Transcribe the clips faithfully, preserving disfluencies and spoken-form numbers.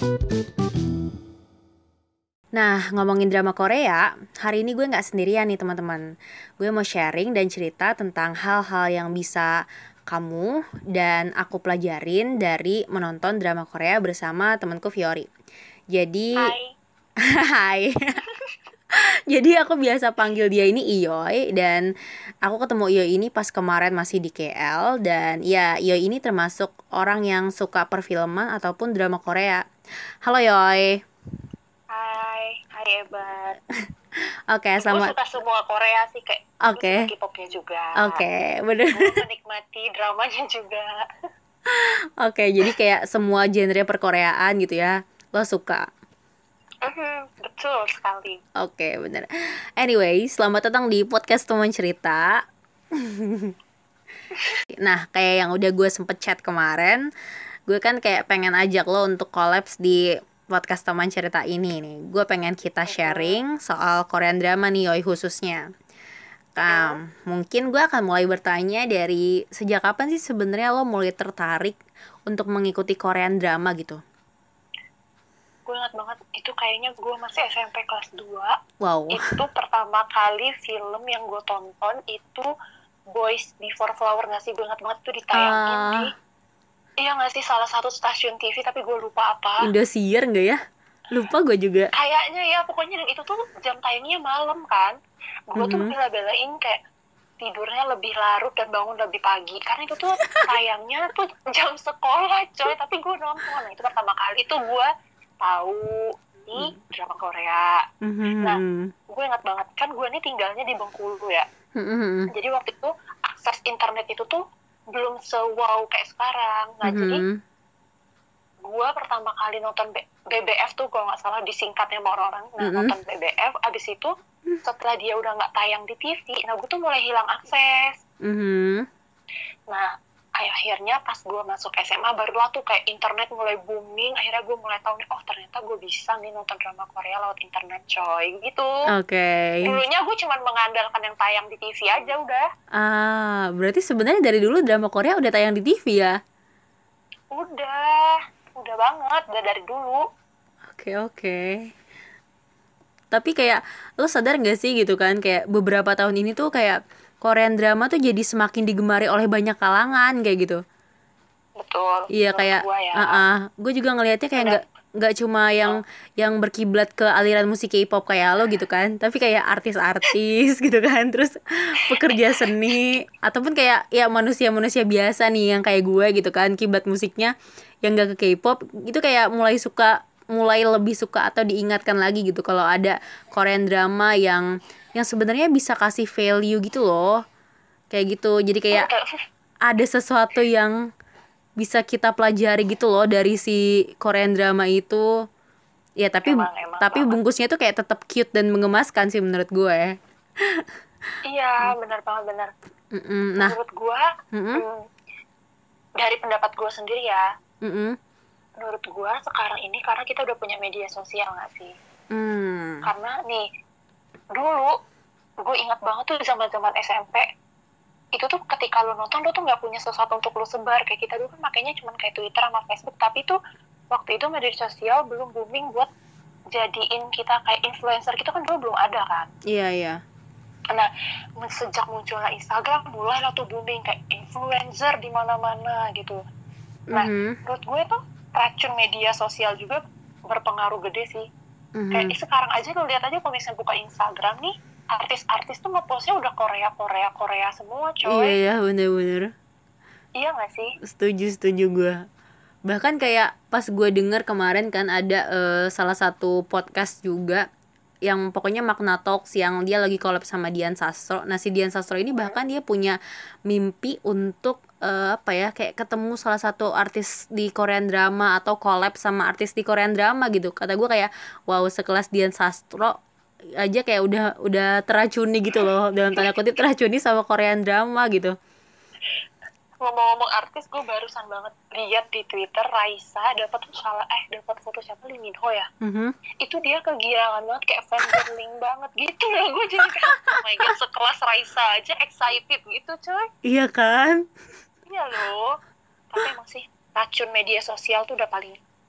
Nah, ngomongin drama Korea, hari ini gue gak sendirian nih teman-teman. Gue mau sharing dan cerita tentang hal-hal yang bisa kamu dan aku pelajarin dari menonton drama Korea bersama temanku Fiori. Jadi, Hai. Hai. Jadi aku biasa panggil dia ini Iyoy, dan aku ketemu Iyoy ini pas kemarin masih di K L. Dan ya, Iyoy ini termasuk orang yang suka perfilman ataupun drama Korea. Halo Yoy. Hai, hai Ebat. Oke, Gue selamat. suka semua Korea sih, kayak gue Oke. suka K-popnya juga. Oke, bener. Gue menikmati dramanya juga. Oke, jadi kayak semua genre perkoreaan gitu ya, lo suka. Mhm, betul sekali. Oke, bener. Anyway, selamat datang di podcast teman cerita. Nah, kayak yang udah gue sempet chat kemarin, gue kan kayak pengen ajak lo untuk collabs di podcast teman cerita ini nih. Gue pengen kita sharing soal Korean drama nih, Yoy, khususnya. Nah, mungkin gue akan mulai bertanya dari sejak kapan sih sebenarnya lo mulai tertarik untuk mengikuti Korean drama gitu? Gue ingat banget, itu kayaknya gue masih S M P kelas dua. Wow. Itu pertama kali film yang gue tonton itu Boys Before Flower, gak sih? Gue ingat banget itu ditayangin Ah. di Iya gak sih, salah satu stasiun T V, tapi gue lupa apa. Indosiar nggak ya? Lupa gue juga. Kayaknya ya, pokoknya dan itu tuh jam tayangnya malam kan. Gue tuh Mhm. bela-belain kayak tidurnya lebih larut dan bangun lebih pagi. Karena itu tuh tayangnya tuh jam sekolah coy, tapi gue nonton. Nah itu pertama kali tuh gue tahu di drama Korea. Mhm. Nah, gue ingat banget, kan gue nih tinggalnya di Bengkulu ya. Mhm. Jadi waktu itu akses internet itu tuh belum se-wow kayak sekarang. Nah, Mhm. jadi gue pertama kali nonton B- BBF tuh kalau nggak salah disingkatnya sama orang-orang. Nah, Mhm. nonton B B F, abis itu setelah dia udah nggak tayang di T V, nah gue tuh mulai hilang akses. Mhm. Nah, akhirnya pas gue masuk S M A barulah tuh kayak internet mulai booming. Akhirnya gue mulai tahu nih, oh ternyata gue bisa nih nonton drama Korea lewat internet coy, gitu. Oke. Dulunya gue cuma mengandalkan yang tayang di T V aja udah. Ah, berarti sebenarnya dari dulu drama Korea udah tayang di T V ya? Udah, udah banget, udah dari dulu. Oke, oke. Tapi kayak lo sadar gak sih gitu kan, kayak beberapa tahun ini tuh kayak Korean drama tuh jadi semakin digemari oleh banyak kalangan kayak gitu. Betul. Iya, menurut kayak gue ya. uh-uh. Gue juga ngelihatnya kayak nggak nggak cuma yang yang berkiblat ke aliran musik K-pop kayak lo gitu kan, tapi kayak artis-artis gitu kan, terus pekerja seni ataupun kayak ya manusia-manusia biasa nih yang kayak gue gitu kan, kiblat musiknya yang gak ke K-pop itu kayak mulai suka mulai lebih suka atau diingatkan lagi gitu kalau ada Korean drama yang yang sebenarnya bisa kasih value gitu loh, kayak gitu. Jadi kayak ada sesuatu yang bisa kita pelajari gitu loh dari si Korean drama itu. Ya tapi Emang, emang tapi banget. bungkusnya tuh kayak tetap cute dan mengemaskan sih menurut gue. Iya, benar banget, benar. Mm-mm. Nah, Menurut gue, mm-mm. hmm, dari pendapat gue sendiri ya, Mm-mm. menurut gue sekarang ini karena kita udah punya media sosial nggak sih? Mm. Karena nih, dulu gue ingat banget tuh zaman-zaman S M P, itu tuh ketika lo nonton, lo tuh nggak punya sesuatu untuk lo sebar. Kayak kita dulu kan makanya cuma kayak Twitter sama Facebook, tapi tuh waktu itu media sosial belum booming buat jadiin kita kayak influencer gitu kan, dulu belum ada kan. Iya, iya. Nah, sejak munculnya Instagram, mulailah tuh booming kayak influencer di mana-mana gitu. Nah, Mhm. menurut gue tuh racun media sosial juga berpengaruh gede sih. Mhm. Kayak sekarang aja lo lihat aja kalau misalnya buka Instagram nih, artis-artis tuh nge-postnya udah Korea, Korea, Korea semua coy. Iya, iya, bener-bener. Iya gak sih? Setuju, setuju gue. Bahkan kayak pas gue denger kemarin kan ada eh, salah satu podcast juga yang pokoknya Makna Talks yang dia lagi collab sama Dian Sastro. Nah si Dian Sastro ini bahkan dia punya mimpi untuk eh, apa ya, kayak ketemu salah satu artis di Korean drama atau collab sama artis di Korean drama gitu. Kata gue kayak wow, sekelas Dian Sastro aja kayak udah udah teracuni gitu loh, dalam tanda kutip teracuni sama Korean drama gitu. Ngomong-ngomong artis, gue barusan banget lihat di Twitter Raisa dapat salah eh dapat foto siapa, Lee Min Ho ya. Mhm. Itu dia kegirangan banget, kayak fangirling banget gitu loh. Gue jadi kayak oh my god, sekelas Raisa aja excited gitu coy. Iya kan? Iya loh. Tapi emang sih racun media sosial tuh udah paling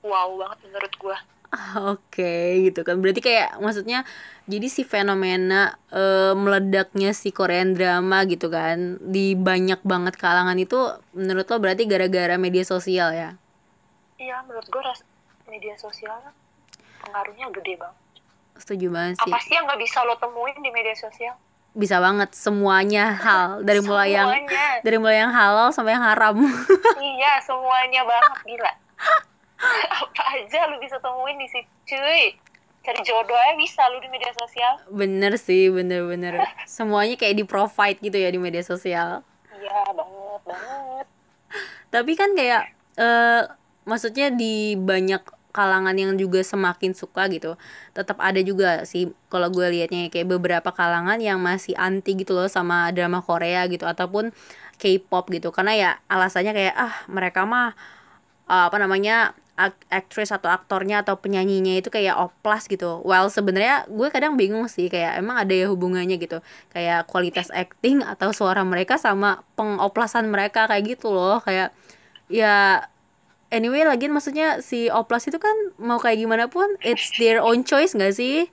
wow banget menurut gue. Oke, gitu kan. Berarti kayak maksudnya jadi si fenomena eh, meledaknya si Korean drama gitu kan di banyak banget kalangan itu menurut lo berarti gara-gara media sosial ya? Iya, menurut gue ras media sosial pengaruhnya gede banget. Setuju banget sih. Apa sih yang nggak bisa lo temuin di media sosial? Bisa banget semuanya hal dari mulai yang Semuanya. dari mulai yang halal sampai yang haram. Iya, semuanya banget, gila. Apa aja lu bisa temuin di situ, cuy. Cari jodoh aja bisa lu di media sosial. Bener sih, bener-bener. Semuanya kayak di provide gitu ya di media sosial. Iya, banget, banget. Tapi kan kayak eh maksudnya di banyak kalangan yang juga semakin suka gitu. Tetap ada juga sih kalau gue liatnya kayak beberapa kalangan yang masih anti gitu loh sama drama Korea gitu ataupun K-pop gitu. Karena ya alasannya kayak ah mereka mah uh, apa namanya ak- aktris atau aktornya atau penyanyinya itu kayak oplas gitu. Well sebenarnya gue kadang bingung sih kayak emang ada ya hubungannya gitu. Kayak kualitas acting atau suara mereka sama pengoplasan mereka kayak gitu loh. Kayak ya anyway lagian maksudnya si oplas itu kan mau kayak gimana pun it's their own choice nggak sih?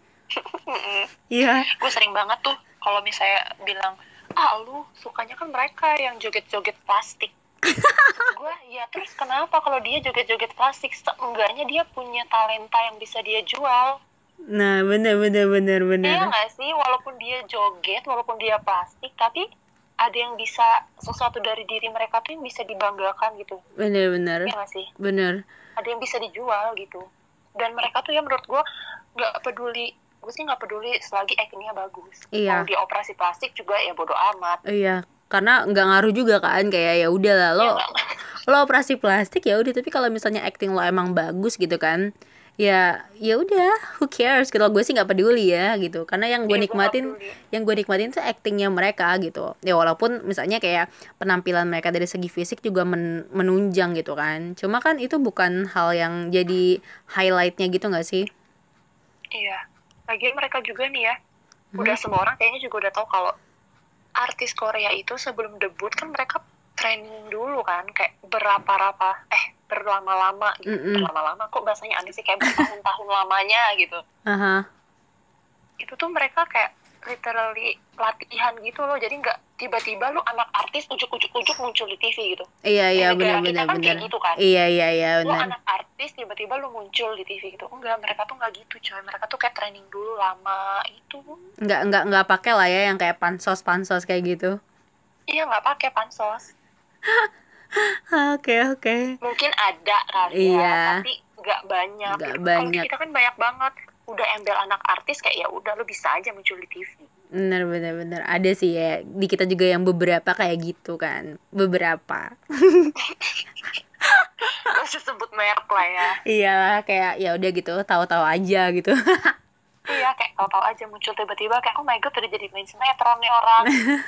Iya. Gue sering banget tuh kalau misalnya bilang, ah lu sukanya kan mereka yang joget-joget plastik. Gue ya terus kenapa kalau dia joget-joget plastik, seenggaknya dia punya talenta yang bisa dia jual. Nah bener bener bener bener. Iya nggak sih, walaupun dia joget, walaupun dia plastik, tapi ada yang bisa, sesuatu dari diri mereka tuh yang bisa dibanggakan gitu. Bener bener. Iya nggak sih? Bener. Ada yang bisa dijual gitu. Dan mereka tuh ya menurut gue nggak peduli, gue sih nggak peduli selagi actingnya bagus. Iya. Kalau dia operasi plastik juga ya bodo amat. Iya. Karena nggak ngaruh juga kan kayak ya udah lah lo Ya, lo operasi plastik ya udah tapi kalau misalnya acting lo emang bagus gitu kan ya ya udah who cares gitu gue sih nggak peduli ya gitu karena yang gue Iya, gue nggak nikmatin peduli. yang gue nikmatin tuh actingnya mereka gitu ya walaupun misalnya kayak penampilan mereka dari segi fisik juga men- menunjang gitu kan cuma kan itu bukan hal yang jadi highlightnya gitu nggak sih? Iya. Lagian mereka juga nih ya, Mhm. udah semua orang kayaknya juga udah tahu kalau artis Korea itu sebelum debut kan mereka training dulu kan, kayak berapa-rapa, eh berlama-lama gitu. Mm-mm. Berlama-lama kok bahasanya aneh sih, kayak bertahun-tahun lamanya gitu. Aha. Itu tuh mereka kayak literally latihan gitu loh, jadi nggak tiba-tiba lu anak artis ujuk-ujuk-ujuk muncul di T V gitu. Iya iya Di negara benar kita benar kan benar. kayak gitu kan. Iya iya iya Lu benar. anak artis tiba-tiba lu muncul di T V gitu. Enggak, mereka tuh nggak gitu coy, mereka tuh kayak training dulu lama itu. Nggak nggak nggak pakai lah ya yang kayak pansos pansos kayak gitu. Iya, nggak pakai pansos. Oke oke. Mungkin ada kali ya, Iya. tapi nggak banyak. Nggak Gitu. banyak. Kalau di kita kan banyak banget. Udah embel anak artis kayak ya udah lu bisa aja muncul di T V. Bener bener bener ada sih ya di kita juga yang beberapa kayak gitu kan beberapa. Gak usah sebut merek lah ya. Iyalah kayak ya udah gitu tahu-tahu aja gitu. Iya, kayak tahu-tahu aja muncul tiba-tiba kayak oh my god udah jadi main sinetron nih orang.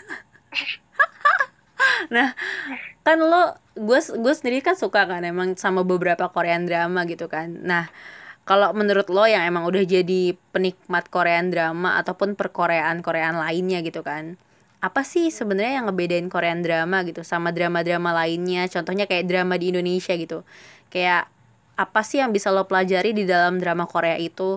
Nah kan lo gue gue sendiri kan suka kan emang sama beberapa Korean drama gitu kan. Nah kalau menurut lo yang emang udah jadi penikmat Korean drama ataupun perkoreaan Koreaan lainnya gitu kan, apa sih sebenarnya yang ngebedain Korean drama gitu sama drama-drama lainnya? Contohnya kayak drama di Indonesia gitu. Kayak apa sih yang bisa lo pelajari di dalam drama Korea itu?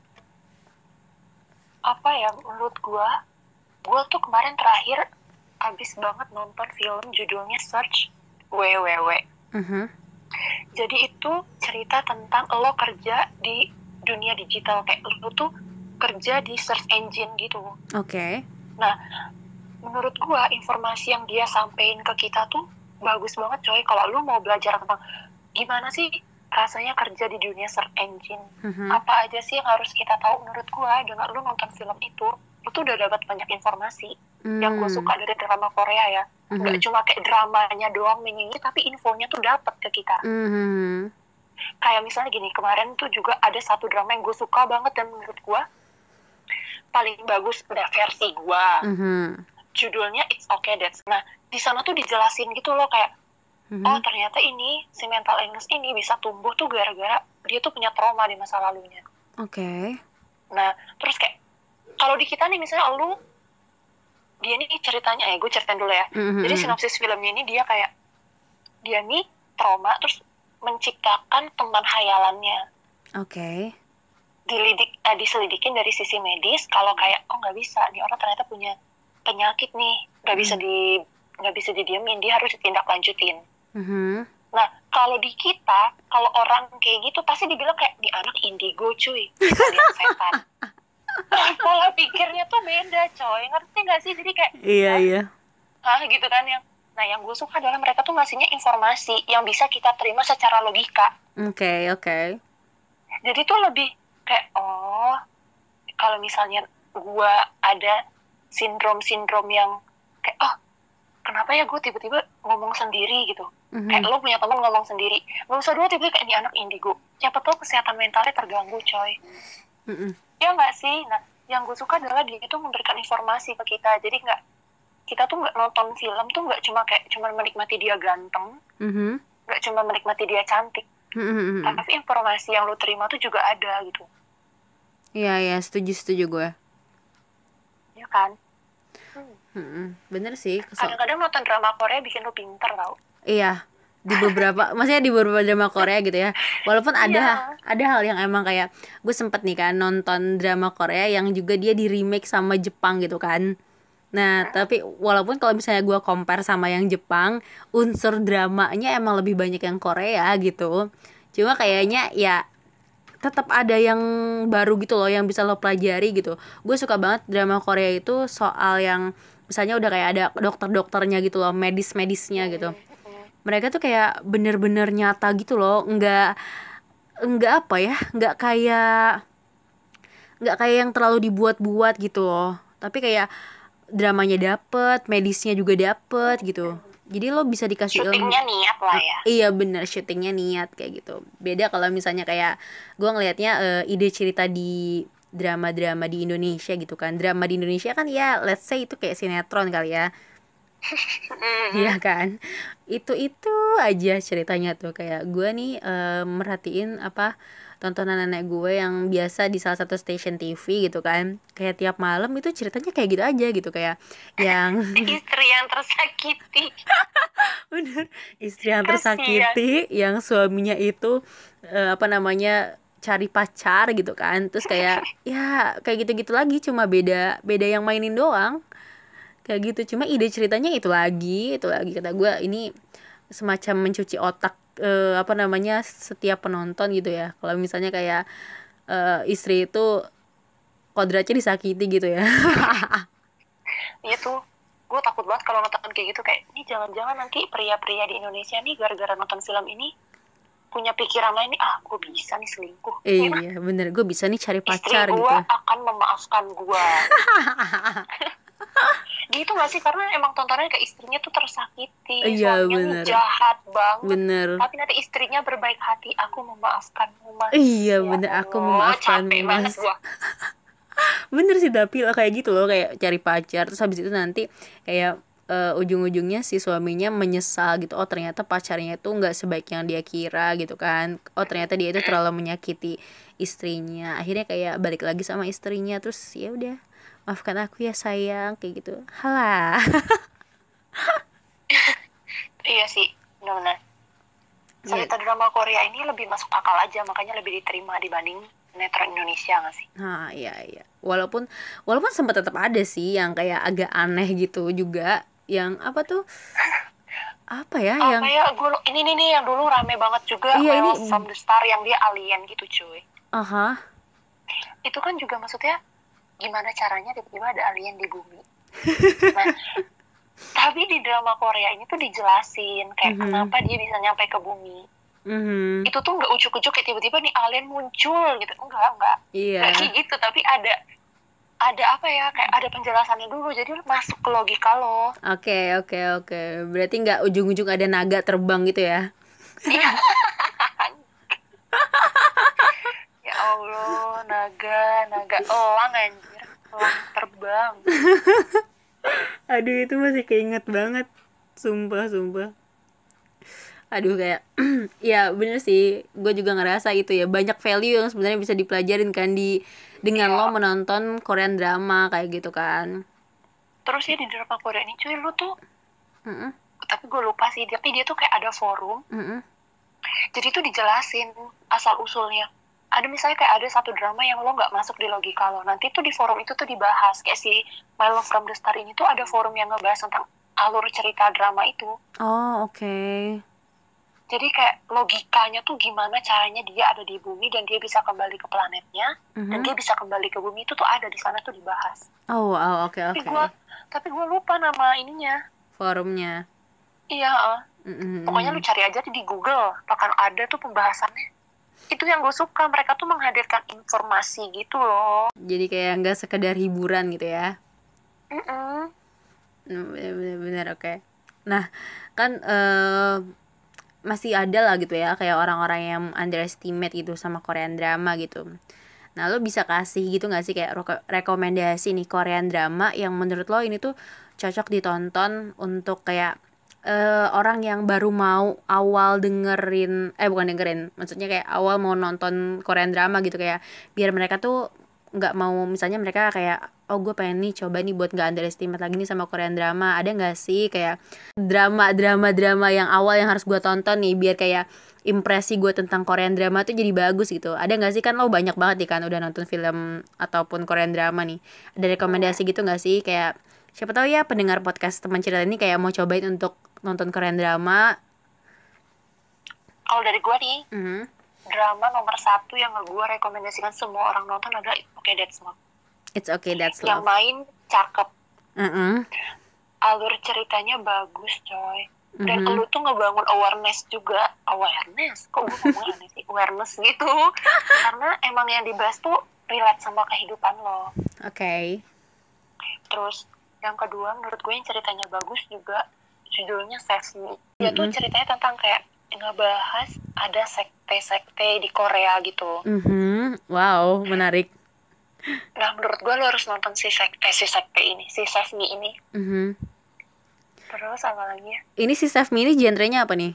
Apa ya menurut gua? Gua tuh kemarin terakhir abis banget nonton film judulnya Search W W W. Mhm. Jadi itu cerita tentang lo kerja di dunia digital, kayak lo tuh kerja di search engine gitu. Oke. Nah, menurut gua informasi yang dia sampein ke kita tuh bagus banget coy. Kalau lo mau belajar tentang gimana sih rasanya kerja di dunia search engine, Mhm. apa aja sih yang harus kita tahu, menurut gua dengan lo nonton film itu, lo tuh udah dapat banyak informasi. Yang gue Hmm. suka dari drama Korea ya, nggak Mhm. cuma kayak dramanya doang menyanyi, tapi infonya tuh dapat ke kita. Mhm. Kayak misalnya gini, kemarin tuh juga ada satu drama yang gue suka banget dan menurut gue paling bagus udah versi gue. Mhm. Judulnya It's Okay That's. Nah, di sana tuh dijelasin gitu loh kayak, Mhm. oh ternyata ini si mental illness ini bisa tumbuh tuh gara-gara dia tuh punya trauma di masa lalunya. Oke. Nah, terus kayak kalau di kita nih misalnya lu, dia nih ceritanya ya, gue ceritain dulu ya. Mhm. Jadi sinopsis filmnya ini dia kayak, dia nih trauma, terus menciptakan teman hayalannya. Oke. Dilidik, eh, diselidikin dari sisi medis. Kalau kayak oh nggak bisa, nih orang ternyata punya penyakit nih, nggak bisa Hmm. di nggak bisa didiemin, dia harus ditindaklanjutin. Mhm. Nah, kalau di kita, kalau orang kayak gitu pasti dibilang kayak di anak indigo cuy, bisa lihat setan. Pola pikirnya tuh beda coy, ngerti nggak sih? Jadi kayak Iya "Hah? iya. Hah?" gitu kan yang. Nah, yang gue suka adalah mereka tuh ngasihnya informasi yang bisa kita terima secara logika. Oke oke. Jadi tuh lebih kayak oh, kalau misalnya gue ada sindrom-sindrom yang kayak oh, kenapa ya gue tiba-tiba ngomong sendiri gitu. Mhm. Kayak lo punya teman ngomong sendiri, gak usah dulu tiba-tiba kayak ini anak indigo. Siapa tahu kesehatan mentalnya terganggu coy. Mhm. Ya nggak sih? Nah, yang gue suka adalah dia itu memberikan informasi ke kita. Jadi nggak, kita tuh nggak nonton film tuh nggak cuma kayak cuma menikmati dia ganteng, Mhm. nggak cuma menikmati dia cantik, Mhm. tapi informasi yang lo terima tuh juga ada gitu, Iya iya, setuju setuju gue. ya kan? Hmm. Mhm. Bener sih. Kesel- Kadang-kadang nonton drama Korea bikin lo pinter tau. Iya, di beberapa, maksudnya di beberapa drama Korea gitu ya. Walaupun ada Iya. ada hal yang emang kayak gue sempet nih kan nonton drama Korea yang juga dia di remake sama Jepang gitu kan. Nah, tapi walaupun kalau misalnya gue compare sama yang Jepang, unsur dramanya emang lebih banyak yang Korea gitu. Cuma kayaknya ya tetap ada yang baru gitu loh yang bisa lo pelajari gitu. Gue suka banget drama Korea itu soal yang misalnya udah kayak ada dokter-dokternya gitu loh, medis-medisnya gitu. Hmm. Mereka tuh kayak bener-bener nyata gitu loh, nggak nggak apa ya, nggak kayak nggak kayak yang terlalu dibuat-buat gitu loh. Tapi kayak dramanya dapet, medisnya juga dapet gitu. Jadi lo bisa dikasih ilmu. Syutingnya niat lah ya. Iya bener, syutingnya niat kayak gitu. Beda kalau misalnya kayak gue ngelihatnya eh, ide cerita di drama-drama di Indonesia gitu kan. Drama di Indonesia kan ya let's say itu kayak sinetron kali ya. Iya kan, itu itu aja ceritanya tuh kayak gue nih eh, merhatiin apa tontonan nenek gue yang biasa di salah satu stasiun T V gitu kan, kayak tiap malam itu ceritanya kayak gitu aja gitu kayak yang Istri yang tersakiti. bener, istri yang Kasian. tersakiti yang suaminya itu eh, apa namanya cari pacar gitu kan, terus kayak ya kayak gitu-gitu lagi, cuma beda beda yang mainin doang kayak gitu. Cuma ide ceritanya itu lagi itu lagi kata gue ini semacam mencuci otak eh, apa namanya setiap penonton gitu ya, kalau misalnya kayak eh, istri itu kodratnya disakiti gitu ya. Iya tuh, gue takut banget kalau nonton kayak gitu. Kayak, ini jangan-jangan nanti pria-pria di Indonesia nih gara-gara nonton film ini punya pikiran lain nih, ah gue bisa nih selingkuh. Iya bener, gue bisa nih cari Istri pacar gue gitu. akan memaafkan gue. Gitu gak sih? Karena emang tontonannya kayak istrinya tuh tersakiti, Iya, suaminya nih bener. jahat banget. Bener. Tapi nanti istrinya berbaik hati, aku memaafkanmu mas. Iya, Ya bener, aku Allah, memaafkanmu, capek banget Mas. gue. Bener sih, tapi lah kayak gitu loh, kayak cari pacar terus habis itu nanti kayak eh, ujung-ujungnya si suaminya menyesal gitu, oh ternyata pacarnya itu nggak sebaik yang dia kira gitu kan, oh ternyata dia itu terlalu menyakiti istrinya, akhirnya kayak balik lagi sama istrinya, terus ya udah maafkan aku ya sayang kayak gitu. Halah. Iya sih, benar-benar. Ya, Cerita drama Korea ini lebih masuk akal aja, makanya lebih diterima dibanding sinetron Indonesia nggak sih? nah iya iya, walaupun walaupun sempat tetap ada sih yang kayak agak aneh gitu juga, yang apa tuh apa ya Apa yang ya, gue ini nih nih yang dulu rame banget juga, Iya, Mel ini- from the Star yang dia alien gitu cuy. aha. Itu kan juga maksudnya gimana caranya tiba-tiba ada alien di bumi. Nah, tapi di drama Korea ini tuh dijelasin kayak Mhm. kenapa dia bisa nyampe ke bumi. Mhm. Itu tuh nggak ujuk-ujuk kayak tiba-tiba nih alien muncul gitu, enggak enggak. Iya. Nggak kayak gitu, tapi ada ada apa ya, kayak ada penjelasannya dulu, jadi masuk ke logika lo. Oke, oke, oke. Berarti nggak ujung-ujung ada naga terbang gitu ya? Iya. Ya Allah, naga, naga elang anjir, elang terbang. Aduh, itu masih keinget banget. Sumpah, sumpah. Aduh, kayak ya bener sih. Gue juga ngerasa itu ya. Banyak value yang sebenarnya bisa dipelajarin kan di dengan Iya. lo menonton Korean drama kayak gitu kan. Terus ya di drama Korea ini cuy, lu tuh, Mm-mm, tapi gue lupa sih, tapi dia tuh kayak ada forum mm-mm, Jadi tuh dijelasin asal usulnya. Ada misalnya kayak ada satu drama yang lo nggak masuk di logika lo, nanti tuh di forum itu tuh dibahas. Kayak si My Love from the Star ini tuh ada forum yang ngebahas tentang alur cerita drama itu. Oh, oke. Okay. Jadi kayak logikanya tuh gimana caranya dia ada di bumi dan dia bisa kembali ke planetnya, mm-hmm. dan dia bisa kembali ke bumi itu tuh ada di sana tuh dibahas. Oh, oh oke okay, oke. Okay. Tapi gue tapi gue lupa nama ininya. Forumnya. Iya. Mm-hmm. Pokoknya lu cari aja di Google, akan ada tuh pembahasannya. Itu yang gue suka, mereka tuh menghadirkan informasi gitu loh. Jadi kayak nggak sekedar hiburan gitu ya. Mm-mm. Bener-bener oke. Okay. Nah kan uh, masih ada lah gitu ya kayak orang-orang yang underestimate gitu sama Korean drama gitu. Nah lo bisa kasih gitu gak sih kayak rekomendasi nih Korean drama yang menurut lo ini tuh cocok ditonton untuk kayak uh, orang yang baru mau awal dengerin, eh bukan dengerin, maksudnya kayak awal mau nonton Korean drama gitu, kayak biar mereka tuh nggak mau, misalnya mereka kayak oh gue pengen nih coba nih buat nggak underestimate lagi nih sama Korean drama, ada nggak sih kayak drama drama drama yang awal yang harus gue tonton nih biar kayak impresi gue tentang Korean drama tuh jadi bagus gitu. Ada nggak sih, kan lo banyak banget nih kan udah nonton film ataupun Korean drama nih, ada rekomendasi gitu nggak sih kayak siapa tahu ya pendengar podcast teman cerita ini kayak mau cobain untuk nonton Korean drama. Kalau dari gue nih, mm-hmm. drama nomor satu yang gue rekomendasikan semua orang nonton adalah It's Okay That's Love. It's Okay That's Love. Yang main cakep. Mm-hmm. Alur ceritanya bagus coy. Dan mm-hmm. lu tuh ngebangun awareness juga. Awareness? Kok gue ngomong aneh sih? Awareness gitu. Karena emang yang dibahas tuh relate sama kehidupan lo. Oke. Okay. Terus yang kedua menurut gue yang ceritanya bagus juga, judulnya Save Me. Dia mm-hmm. tuh ceritanya tentang kayak ngebahas ada sekte-sekte di Korea gitu. Mm-hmm. Wow, menarik. Nah, menurut gue lo harus nonton si sekte, eh, si sekte ini, si Save Me ini. Mm-hmm. Terus apa lagi ya? Ini si Save Me ini genrenya apa nih?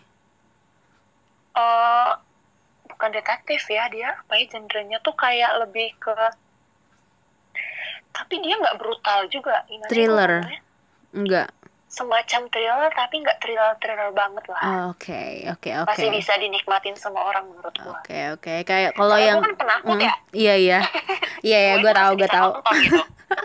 Uh, bukan detektif ya, dia apa ya genrenya tuh kayak lebih ke, tapi dia nggak brutal juga. Gimana thriller? Enggak. Semacam thriller tapi nggak thriller-thriller banget lah. Oke, oke, oke. Masih bisa dinikmatin sama orang menurut gua. Oke, okay, oke. Okay. Kayak kalau yang kan penakut mm, ya. Iya, iya. Iya, ya, gua tahu, gua tahu. Gitu.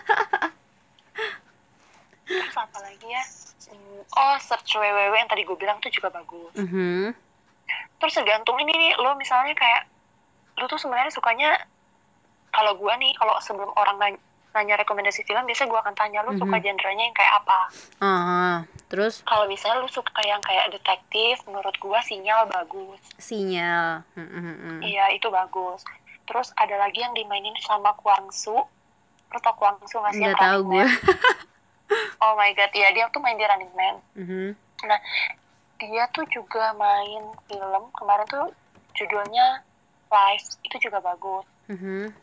Terus apa lagi ya? Oh, Search W W W yang tadi gue bilang tuh juga bagus. Mm-hmm. Terus tergantung ini nih, lo misalnya kayak lo tuh sebenarnya sukanya, kalau gua nih, kalau sebelum orang nanya nanya rekomendasi film, biasanya gue akan tanya, lu mm-hmm. suka genrenya yang kayak apa? Uh, terus? Kalau misalnya lu suka yang kayak detektif, menurut gue Sinyal bagus. Sinyal. Mm-hmm. Iya, itu bagus. Terus ada lagi yang dimainin sama Kwang Soo. Lu tau Kwang Soo nggak sih? Nggak tahu gue. Oh my god, ya dia tuh main di Running Man. Mm-hmm. Nah, dia tuh juga main film, kemarin tuh judulnya Life, itu juga bagus. Mm-hmm.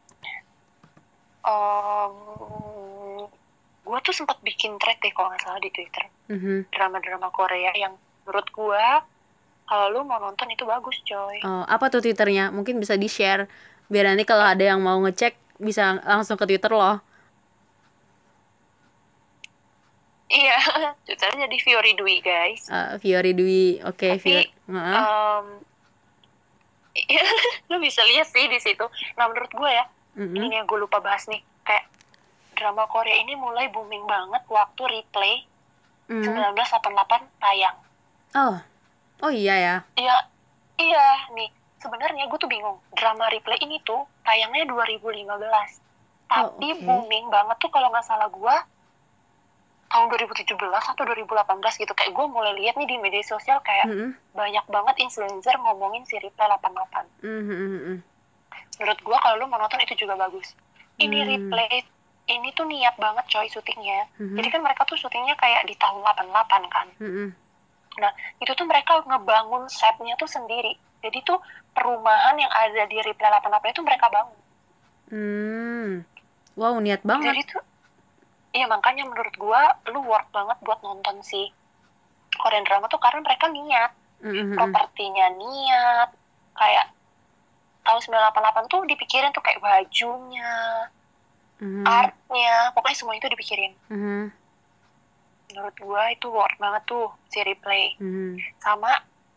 Um, gue tuh sempat bikin thread deh kalau nggak salah di Twitter, mm-hmm. drama-drama Korea yang menurut gue kalau lu mau nonton itu bagus coy. Oh, apa tuh Twitternya? Mungkin bisa di share biar nanti kalau ada yang mau ngecek bisa langsung ke Twitter loh. Iya, Twitternya di Fiori Dwi guys. Uh, Fiori Dwi, oke. Okay, Tapi uh-huh. um, lu bisa lihat sih di situ. Nah menurut gue ya. Mm-hmm. Ini yang gue lupa bahas nih, kayak drama Korea ini mulai booming banget waktu Replay mm-hmm. seribu sembilan ratus delapan puluh delapan tayang. Oh, oh iya ya. Iya, iya nih. Sebenarnya gue tuh bingung. Drama Replay ini tuh tayangnya dua ribu lima belas, tapi oh, okay. booming banget tuh kalau nggak salah gue tahun dua ribu tujuh belas atau dua ribu delapan belas gitu. Kayak gue mulai lihat nih di media sosial kayak mm-hmm. banyak banget influencer ngomongin si Replay delapan puluh delapan. Mm-hmm. Menurut gue kalau lu mau nonton itu juga bagus. Ini hmm. Replay, ini tuh niat banget coy syutingnya. Hmm. Jadi kan mereka tuh syutingnya kayak di tahun delapan puluh delapan kan. Hmm. Nah itu tuh mereka ngebangun setnya tuh sendiri. Jadi tuh perumahan yang ada di Replay delapan puluh delapan itu mereka bangun. Hmm. Wow, niat banget. Jadi tuh, iya makanya menurut gue lu worth banget buat nonton si Korean drama tuh karena mereka niat. Hmm. Propertinya niat, kayak tahun sembilan puluh delapan delapan tuh dipikirin tuh kayak bajunya, mm-hmm. artnya, pokoknya semua itu dipikirin. Mm-hmm. Menurut gue itu worth banget tuh si Replay. Mm-hmm. Sama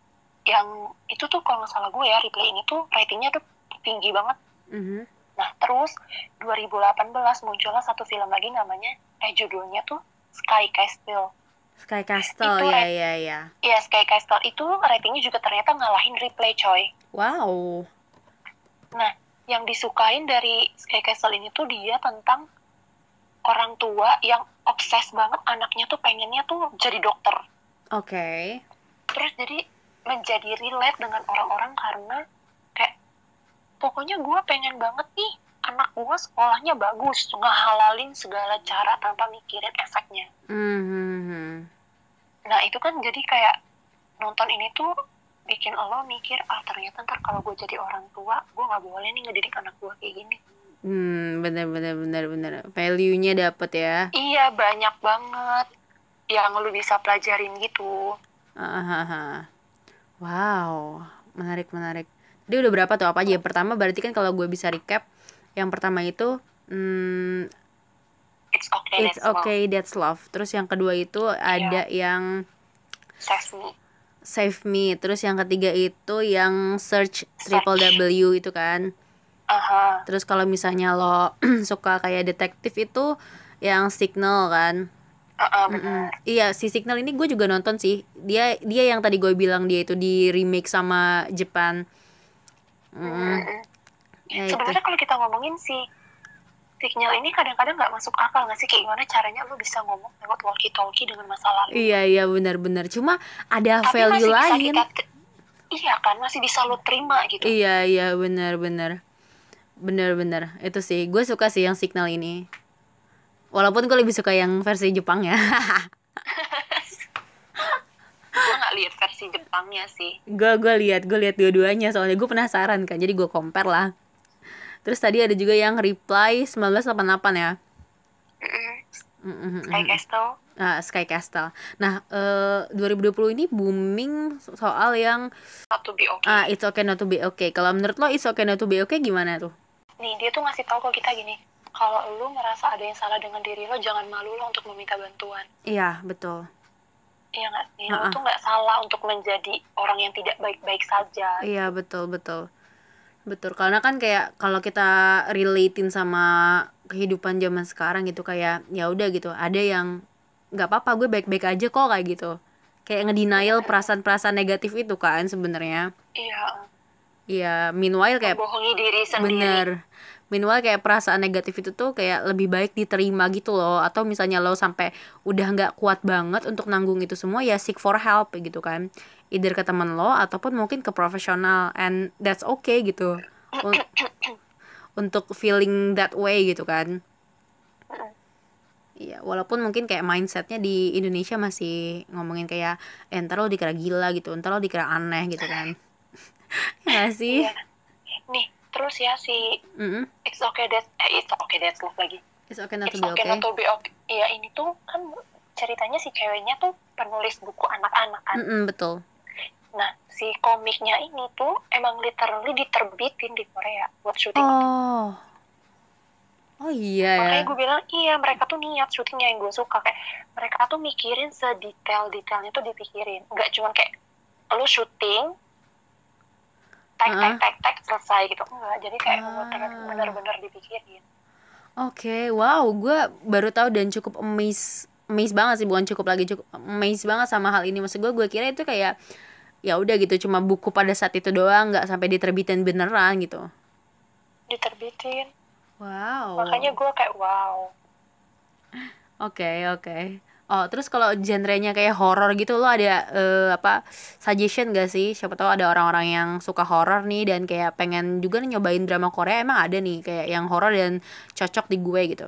yang itu tuh kalau nggak salah gue ya, Replay ini tuh ratingnya tuh tinggi banget. Mhm. Nah terus dua ribu delapan belas muncullah satu film lagi namanya, eh judulnya tuh Sky Castle. Sky Castle, Itu ya rat- ya ya. ya Sky Castle itu ratingnya juga ternyata ngalahin Replay coy. Wow. Nah yang disukain dari Sky Castle ini tuh dia tentang orang tua yang obses banget anaknya tuh pengennya tuh jadi dokter. Oke. Terus jadi menjadi relate dengan orang-orang karena kayak pokoknya gue pengen banget nih anak gue sekolahnya bagus, ngehalalin segala cara tanpa mikirin efeknya. Mhm. Nah itu kan jadi kayak nonton ini tuh bikin lo mikir, ah ternyata ntar kalau gue jadi orang tua gue nggak boleh nih ngedidik anak gue kayak gini. Hmm, bener bener bener bener. Value-nya dapet ya. Iya banyak banget yang lo bisa pelajarin gitu. Ahaha. Wow, menarik menarik. Jadi udah berapa tuh apa aja? Yang pertama berarti kan kalau gue bisa recap, yang pertama itu hmm, It's okay, It's that's love. Okay That's Love. Terus yang kedua itu ada yang Save me. Save Me. Terus yang ketiga itu yang Search Search. Triple W itu kan. Aha. Terus kalau misalnya lo suka kayak detektif itu yang Signal kan. Uh-uh, Mm-mm. benar. Iya, si Signal ini gue juga nonton sih. Dia dia yang tadi gue bilang dia itu di remake sama Jepang. Mm-mm. Mm-mm. Ya itu. Sebenarnya kalau kita ngomongin si Signal ini kadang-kadang nggak masuk akal nggak sih, kayak gimana caranya lo bisa ngomong lewat walkie-talkie dengan masa lalu. Iya iya benar-benar. Cuma ada Tapi value masih bisa lain. kita, te- iya kan masih bisa lo terima gitu. Iya iya benar-benar. Benar-benar. Itu sih gue suka sih yang Signal ini. Walaupun gue lebih suka yang versi Jepang ya. Gue nggak lihat versi Jepangnya sih. gue gue lihat gue lihat dua-duanya soalnya gue penasaran kan, jadi gue compare lah. Terus tadi ada juga yang Reply sembilan belas delapan puluh delapan ya. Mm-mm. Sky Castle. Nah, Sky Castle. Nah, eh, dua ribu dua puluh ini booming soal yang Not to be okay. ah It's Okay Not to Be Okay. Kalau menurut lo It's Okay Not to Be Okay gimana tuh? Nih dia tuh ngasih tahu ke kita gini, kalau lu merasa ada yang salah dengan diri lo, jangan malu lo untuk meminta bantuan. Iya betul. Iya nggak sih? Uh-uh. Lo tuh nggak salah untuk menjadi orang yang tidak baik-baik saja. Iya betul betul betul. Karena kan kayak kalau kita relatein sama kehidupan zaman sekarang gitu, kayak ya udah gitu, ada yang nggak apa-apa gue baik-baik aja kok kayak gitu, kayak ngedenial perasaan-perasaan negatif itu kan sebenarnya. Iya. Iya, meanwhile kayak Membohongi diri sendiri. bener. Meanwhile kayak perasaan negatif itu tuh kayak lebih baik diterima gitu loh. Atau misalnya lo sampai udah nggak kuat banget untuk nanggung itu semua, ya seek for help gitu kan. Either ke teman lo ataupun mungkin ke profesional, and that's okay gitu. Un- untuk feeling that way gitu kan. Iya, walaupun mungkin kayak mindsetnya di Indonesia masih ngomongin kayak eh, ntar lo dikira gila gitu, ntar lo dikira aneh gitu kan. Ya nggak sih? Iya. Nih, terus ya si Mm-mm. It's Okay That's eh It's Okay That's Love lagi. It's okay not It's to be Okay okay. Not to Be Okay. Iya, ini tuh kan ceritanya si ceweknya tuh penulis buku anak-anak kan. Mm-mm, betul. Nah, si komiknya ini tuh emang literally diterbitin di Korea buat syuting. Oh. Oh iya ya. Makanya gue bilang, iya mereka tuh niat syutingnya, yang gue suka. Kayak mereka tuh mikirin sedetail-detailnya tuh dipikirin. Nggak cuma kayak lu syuting, tag, tag, Uh-uh. tag, tag, selesai gitu. Enggak, jadi kayak Ah. bener-bener dipikirin. Oke, wow, gue baru tahu dan cukup amazed, amazed banget sih, bukan cukup lagi, cukup amazed banget sama hal ini. Maksud gue, gue kira itu kayak ya udah gitu, cuma buku pada saat itu doang, nggak sampai diterbitin beneran gitu. Diterbitin. Wow. Makanya gue kayak wow. Oke, oke. Oh, terus kalau genrenya kayak horor gitu, lo ada eh, apa suggestion gak sih? Siapa tahu ada orang-orang yang suka horor nih dan kayak pengen juga nih nyobain drama Korea. Emang ada nih kayak yang horor dan cocok di gue gitu.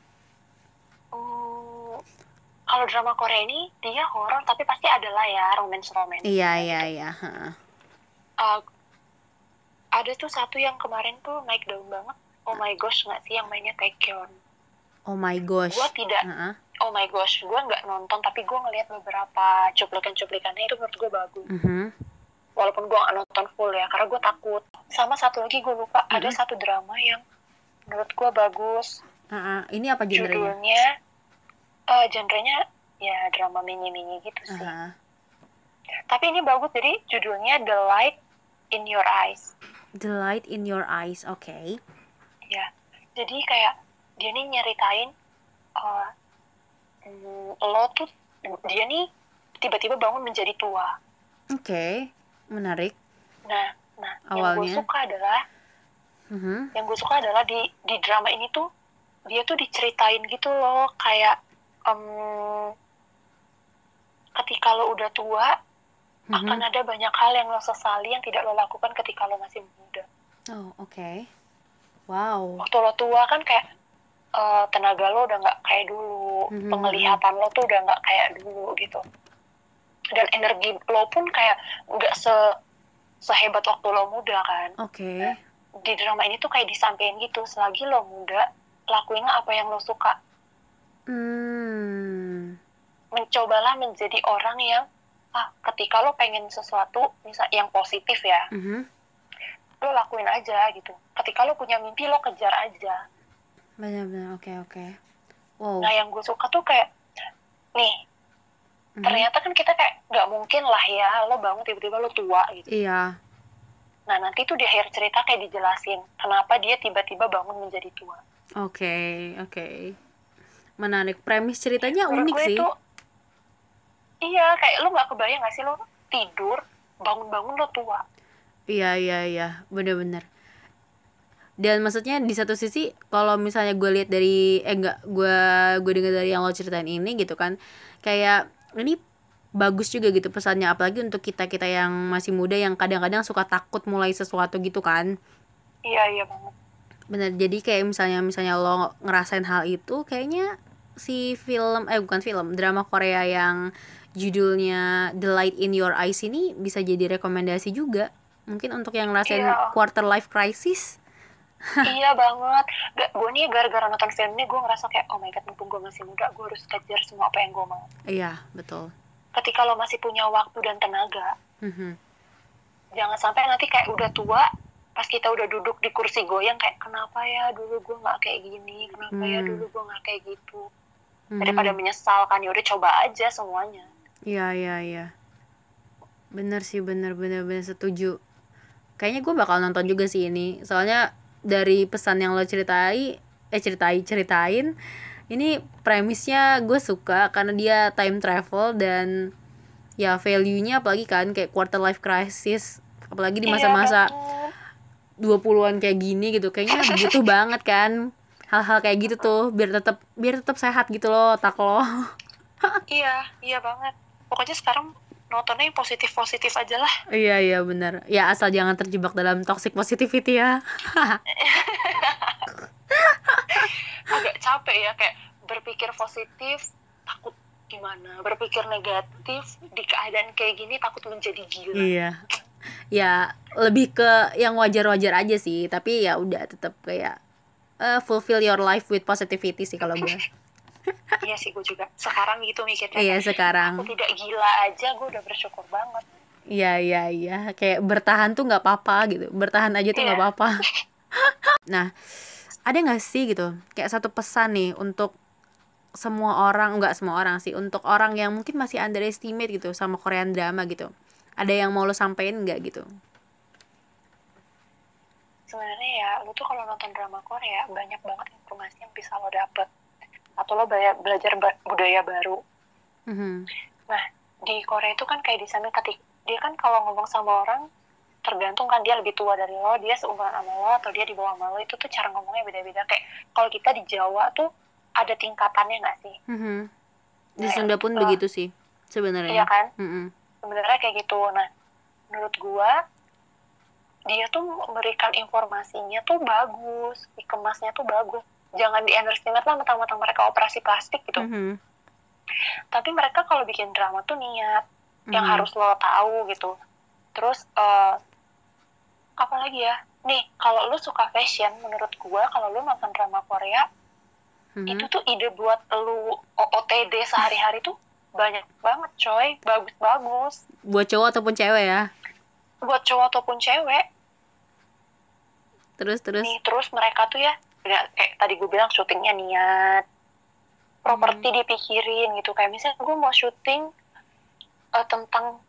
Hmm, kalau drama Korea ini dia horor tapi pasti ada lah ya romance-romance. Iya, iya, iya. Heeh. Uh, ada tuh satu yang kemarin tuh naik daun banget. Oh my gosh, nggak sih yang mainnya Taekyon? Oh my gosh. Gue tidak. Heeh. Oh my gosh, gue nggak nonton tapi gue ngeliat beberapa cuplikan-cuplikannya, itu menurut gue bagus. Mhm. Walaupun gue nggak nonton full ya, karena gue takut. Sama satu lagi gue lupa, ada Mhm. satu drama yang menurut gue bagus. Heeh. Ini apa genrenya? Judulnya, uh, genrenya ya drama mini-mini gitu sih. Heeh. Tapi ini bagus, jadi judulnya The Light in Your Eyes. The Light in Your Eyes, oke. Okay. Ya, jadi kayak dia nih nyeritain uh, mm, lo tuh, dia nih tiba-tiba bangun menjadi tua. Oke, okay. Menarik. Nah, nah awalnya yang gue suka adalah, uh-huh. yang gue suka adalah di di drama ini tuh dia tuh diceritain gitu loh, kayak um, ketika lo udah tua uh-huh. akan ada banyak hal yang lo sesali yang tidak lo lakukan ketika lo masih muda. Oh, oke. Okay. Wow. Waktu lo tua kan kayak uh, tenaga lo udah nggak kayak dulu, uh-huh. penglihatan lo tuh udah nggak kayak dulu gitu. Dan energi lo pun kayak nggak se sehebat waktu lo muda kan. Oke. Okay. Di drama ini tuh kayak disampaikan gitu, selagi lo muda, lakuinlah apa yang lo suka. Hmm. Mencobalah menjadi orang yang, ah, ketika lo pengen sesuatu, misal yang positif ya, uh-huh. lo lakuin aja gitu. Ketika lo punya mimpi, lo kejar aja. Benar-benar, oke okay, oke. Okay. Wow. Nah yang gue suka tuh kayak, nih, mm-hmm. ternyata kan kita kayak nggak mungkin lah ya lo bangun tiba-tiba lo tua gitu. Iya. Nah nanti tuh di akhir cerita kayak dijelasin kenapa dia tiba-tiba bangun menjadi tua. Oke okay, oke. Okay. Menarik, premis ceritanya menurut unik gue sih. Itu, iya kayak lo nggak kebayang nggak sih lo tidur bangun-bangun lo tua. Iya iya iya, bener-bener. Dan maksudnya di satu sisi kalau misalnya gue lihat dari eh enggak gue gue dengar dari yang lo ceritain ini gitu kan, kayak ini bagus juga gitu pesannya, apalagi untuk kita kita yang masih muda yang kadang-kadang suka takut mulai sesuatu gitu kan. Iya iya banget. Bener, jadi kayak misalnya misalnya lo ngerasain hal itu, kayaknya si film eh bukan film drama Korea yang judulnya The Light in Your Eyes ini bisa jadi rekomendasi juga mungkin untuk yang ngerasain iya. quarter life crisis. Iya banget. Gak, gue nih gara-gara nonton film ini gue ngerasa kayak oh my god, mumpung gue masih muda gue harus kejar semua apa yang gue mau. Iya betul. Ketika lo masih punya waktu dan tenaga, mm-hmm. jangan sampai nanti kayak udah tua pas kita udah duduk di kursi goyang kayak kenapa ya dulu gue nggak kayak gini, kenapa mm. ya dulu gue nggak kayak gitu. Mm-hmm. Daripada menyesal kan, yaudah coba aja semuanya. Iya iya iya. Bener sih, bener bener bener setuju. Kayaknya gue bakal nonton juga sih ini, soalnya dari pesan yang lo ceritai eh ceritai ceritain ini premisnya gue suka karena dia time travel dan ya value-nya apalagi kan kayak quarter life crisis, apalagi di masa-masa dua puluhan kayak gini gitu, kayaknya butuh banget kan hal-hal kayak gitu tuh biar tetap biar tetap sehat gitu loh otak lo. Iya iya banget, pokoknya sekarang nontonnya yang positif-positif aja lah. Iya iya benar. Ya asal jangan terjebak dalam toxic positivity ya. Agak capek ya kayak berpikir positif takut gimana, berpikir negatif di keadaan kayak gini takut menjadi gila. Iya. Ya lebih ke yang wajar-wajar aja sih, tapi ya udah tetap kayak uh, fulfill your life with positivity sih kalau gue. Iya sih, gue juga sekarang gitu mikirnya. Iya sekarang. Aku tidak gila aja, gue udah bersyukur banget. Iya iya iya, kayak bertahan tuh nggak apa-apa gitu, bertahan aja tuh nggak yeah. apa-apa. Nah, ada nggak sih gitu, kayak satu pesan nih untuk semua orang, nggak semua orang sih, untuk orang yang mungkin masih underestimate gitu sama Korean drama gitu, ada yang mau lo sampein nggak gitu? Sebenarnya ya, lo tuh kalau nonton drama Korea banyak banget informasi yang bisa lo dapet. Atau lo belajar budaya baru. Mm-hmm. Nah, di Korea itu kan kayak di sana ketik dia kan kalau ngomong sama orang tergantung kan dia lebih tua dari lo, dia seumuran sama lo atau dia di bawah sama lo, itu tuh cara ngomongnya beda-beda. Kayak kalau kita di Jawa tuh ada tingkatannya nggak sih? Mm-hmm. Di Sunda pun uh, begitu sih sebenarnya. Iya kan? Mm-hmm. Sebenarnya kayak gitu. Nah, menurut gua dia tuh memberikan informasinya tuh bagus, dikemasnya tuh bagus. Jangan di-underestimate lah mentang-mentang mereka operasi plastik gitu. Mm-hmm. Tapi mereka kalau bikin drama tuh niat, mm-hmm. yang harus lo tahu gitu. Terus, uh, apa lagi ya? Nih, kalau lo suka fashion, menurut gua kalau lo nonton drama Korea, mm-hmm. itu tuh ide buat lo O O T D sehari-hari tuh banyak banget coy, bagus-bagus. Buat cowok ataupun cewek ya? Buat cowok ataupun cewek. Terus-terus? Nih, terus mereka tuh ya, kayak tadi gue bilang syutingnya niat, properti hmm. dipikirin gitu. Kayak misalnya gue mau syuting uh, tentang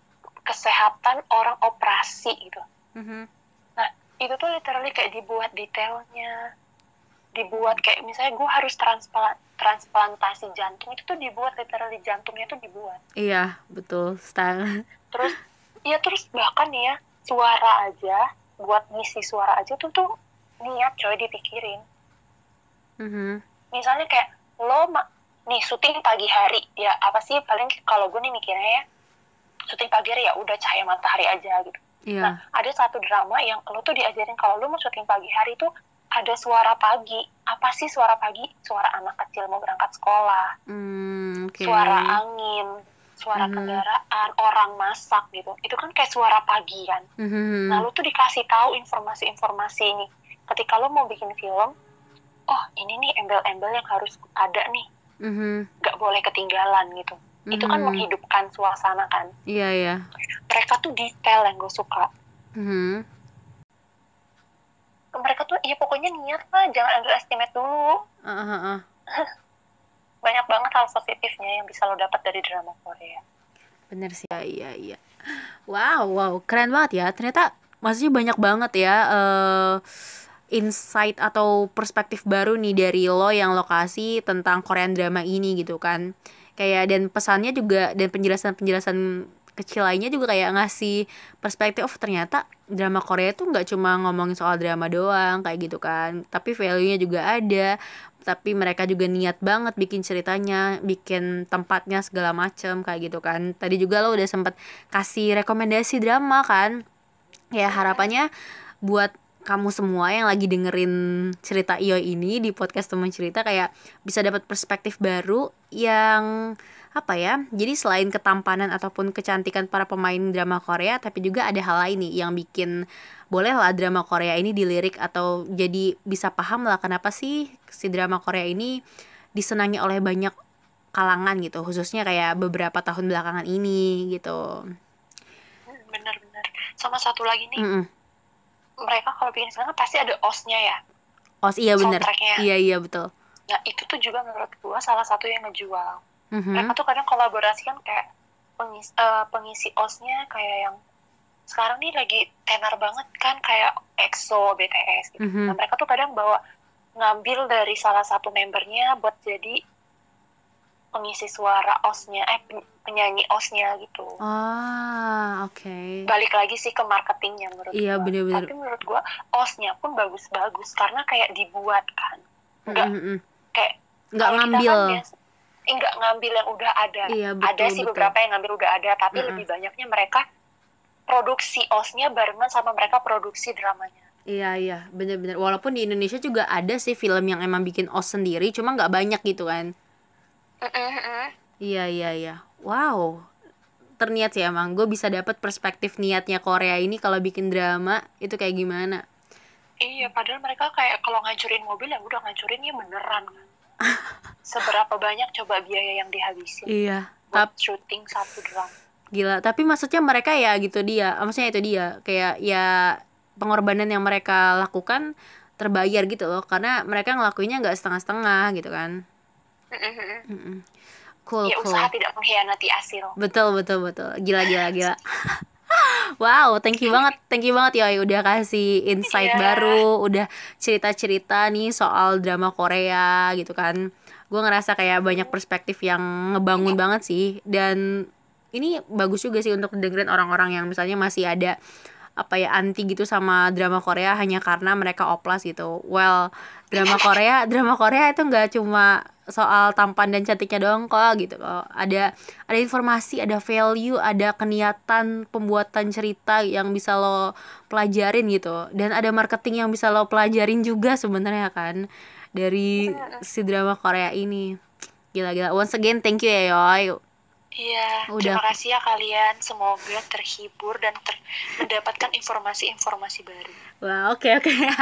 kesehatan orang operasi gitu. Mhm. Nah, itu tuh literally kayak dibuat detailnya, dibuat kayak misalnya gue harus transplant transplantasi jantung, itu tuh dibuat literally jantungnya tuh dibuat. Iya, betul. Style. Terus, ya terus bahkan nih ya, suara aja, buat ngisi suara aja tuh tuh niat coy dipikirin. Mhm. Misalnya kayak lo ma- nih syuting pagi hari, ya apa sih paling kalau gue nih mikirnya ya, syuting pagi hari ya udah cahaya matahari aja gitu. Iya. Nah, ada satu drama yang lo tuh diajarin kalau lo mau syuting pagi hari tuh ada suara pagi. Apa sih suara pagi? Suara anak kecil mau berangkat sekolah, Hmm, oke. suara angin, suara Mhm. kendaraan, orang masak gitu. Itu kan kayak suara pagi kan. Mhm. Nah, lo tuh dikasih tahu informasi-informasi ini. Ketika lo mau bikin film, oh ini nih embel-embel yang harus ada nih. Mhm. Gak boleh ketinggalan gitu. Itu kan Mhm. menghidupkan suasana kan. Iya, iya. Mereka tuh detail yang gue suka. Mhm. Mereka tuh, ya pokoknya niat lah, jangan underestimate dulu. Heeh, heeh. Banyak banget hal positifnya yang bisa lo dapat dari drama Korea. Bener sih. Iya, iya, iya. Wow, wow, keren banget ya. Ternyata maksudnya banyak banget ya eh insight atau perspektif baru nih dari lo yang lo kasih tentang Korean drama ini gitu kan. Kayak dan pesannya juga dan penjelasan-penjelasan kecil lainnya juga kayak ngasih perspektif, oh ternyata drama Korea tuh nggak cuma ngomongin soal drama doang kayak gitu kan, tapi value-nya juga ada, tapi mereka juga niat banget bikin ceritanya, bikin tempatnya segala macem kayak gitu kan. Tadi juga lo udah sempet kasih rekomendasi drama kan, ya harapannya buat kamu semua yang lagi dengerin cerita Iyo ini di podcast teman cerita kayak bisa dapat perspektif baru yang apa ya, jadi selain ketampanan ataupun kecantikan para pemain drama Korea, tapi juga ada hal lain nih yang bikin bolehlah drama Korea ini dilirik atau jadi bisa paham lah kenapa sih si drama Korea ini disenangi oleh banyak kalangan gitu, khususnya kayak beberapa tahun belakangan ini gitu. Bener-bener. Sama satu lagi nih, Mm-mm. mereka kalau bikin film pasti ada O S-nya ya. Oh iya bener. Soundtracknya. Iya iya betul. Nah itu tuh juga menurut gua salah satu yang ngejual. Mhm. Mereka tuh kadang kolaborasi kan kayak pengisi, uh, pengisi O S-nya kayak yang sekarang nih lagi tenar banget kan kayak EXO, B T S gitu. Mhm. Nah mereka tuh kadang bawa ngambil dari salah satu membernya buat jadi pengisi suara O S-nya, eh penyanyi O S-nya gitu. Ah, oke. Okay. Balik lagi sih ke marketingnya menurut iya, gua. Bener-bener. Tapi menurut gua O S-nya pun bagus-bagus karena kayak dibuat kan. Enggak mm-hmm. kayak nggak ngambil. Kan biasa, enggak ngambil yang udah ada. Iya, betul, ada sih betul. beberapa yang ngambil udah ada, tapi uh-uh. lebih banyaknya mereka produksi O S-nya barengan sama mereka produksi dramanya. Iya, iya, bener-bener. Walaupun di Indonesia juga ada sih film yang emang bikin O S sendiri, cuma nggak banyak gitu kan. Uh-uh. Iya, iya, iya. Wow, terniat sih emang. Gue bisa dapet perspektif niatnya Korea ini kalau bikin drama itu kayak gimana. Iya, padahal mereka kayak kalau ngancurin mobil ya udah ngancurinnya beneran kan. Seberapa banyak coba biaya yang dihabisin iya, buat tap- syuting satu drama. Gila, tapi maksudnya mereka ya gitu dia, maksudnya itu dia kayak ya pengorbanan yang mereka lakukan terbayar gitu loh, karena mereka ngelakuinnya nggak setengah-setengah gitu kan. Mm-mm. Cool, ya cool. Usaha tidak mengkhianati hasil. Betul, betul, betul. Gila, gila, gila. Wow, thank you banget, thank you banget Yoy udah kasih insight yeah. baru, udah cerita-cerita nih soal drama Korea gitu kan. Gue ngerasa kayak banyak perspektif yang ngebangun banget sih, dan ini bagus juga sih untuk dengerin orang-orang yang misalnya masih ada apa ya anti gitu sama drama Korea hanya karena mereka oplas gitu. Well, drama Korea, drama Korea itu nggak cuma soal tampan dan cantiknya doang kok gitu kok. Ada ada informasi, ada value, ada keniatan pembuatan cerita yang bisa lo pelajarin gitu. Dan ada marketing yang bisa lo pelajarin juga sebenarnya kan dari si drama Korea ini. Gila-gila. Once again thank you ya Yoy. Iya, Udah. terima kasih ya kalian. Semoga terhibur dan ter- mendapatkan informasi-informasi baru. Wah, oke okay, oke. Okay.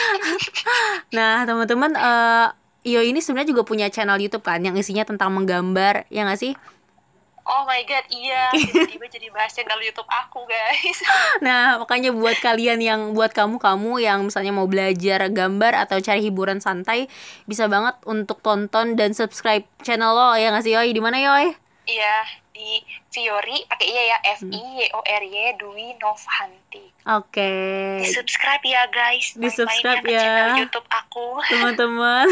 Nah, teman-teman, uh, Iyo ini sebenarnya juga punya channel YouTube kan yang isinya tentang menggambar, ya nggak sih? Oh my god, iya. Tiba-tiba jadi bahas channel YouTube aku, guys. Nah, makanya buat kalian yang buat kamu-kamu yang misalnya mau belajar gambar atau cari hiburan santai, bisa banget untuk tonton dan subscribe channel lo, ya nggak sih Yoy? Di mana Yoy? Iya, di Fiori pakai iya ya, F I Y O R Y Dwi Novanti. Oke. Di subscribe ya guys, Di subscribe main-mainnya ke channel ya YouTube aku. teman-teman.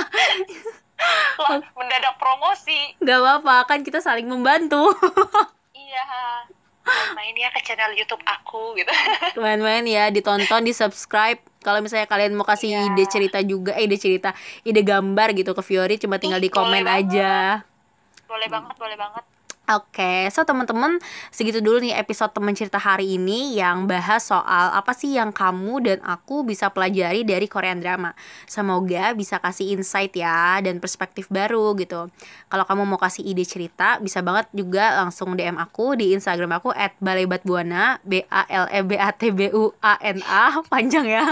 Lah, mendadak promosi. Gak apa-apa, kan kita saling membantu. Iya, main ya ke channel YouTube aku gitu. Main-main ya, ditonton, di subscribe. Kalau misalnya kalian mau kasih Iya. ide cerita juga, eh ide cerita, ide gambar gitu ke Fiori, cuma tinggal Ih, di komen boleh aja. Boleh banget, boleh banget. Oke, so teman-teman, segitu dulu nih episode teman cerita hari ini yang bahas soal apa sih yang kamu dan aku bisa pelajari dari Korean drama. Semoga bisa kasih insight ya dan perspektif baru gitu. Kalau kamu mau kasih ide cerita, bisa banget juga langsung D M aku di Instagram aku at balebatbuana, B A L E B A T B U A N A, panjang ya.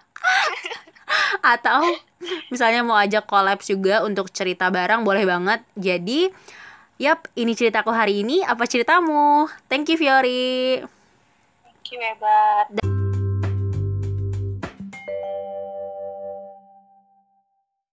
Atau misalnya mau ajak collab juga untuk cerita bareng, boleh banget. Jadi yap, ini ceritaku hari ini. Apa ceritamu? Thank you, Fiori. Thank you, hebat.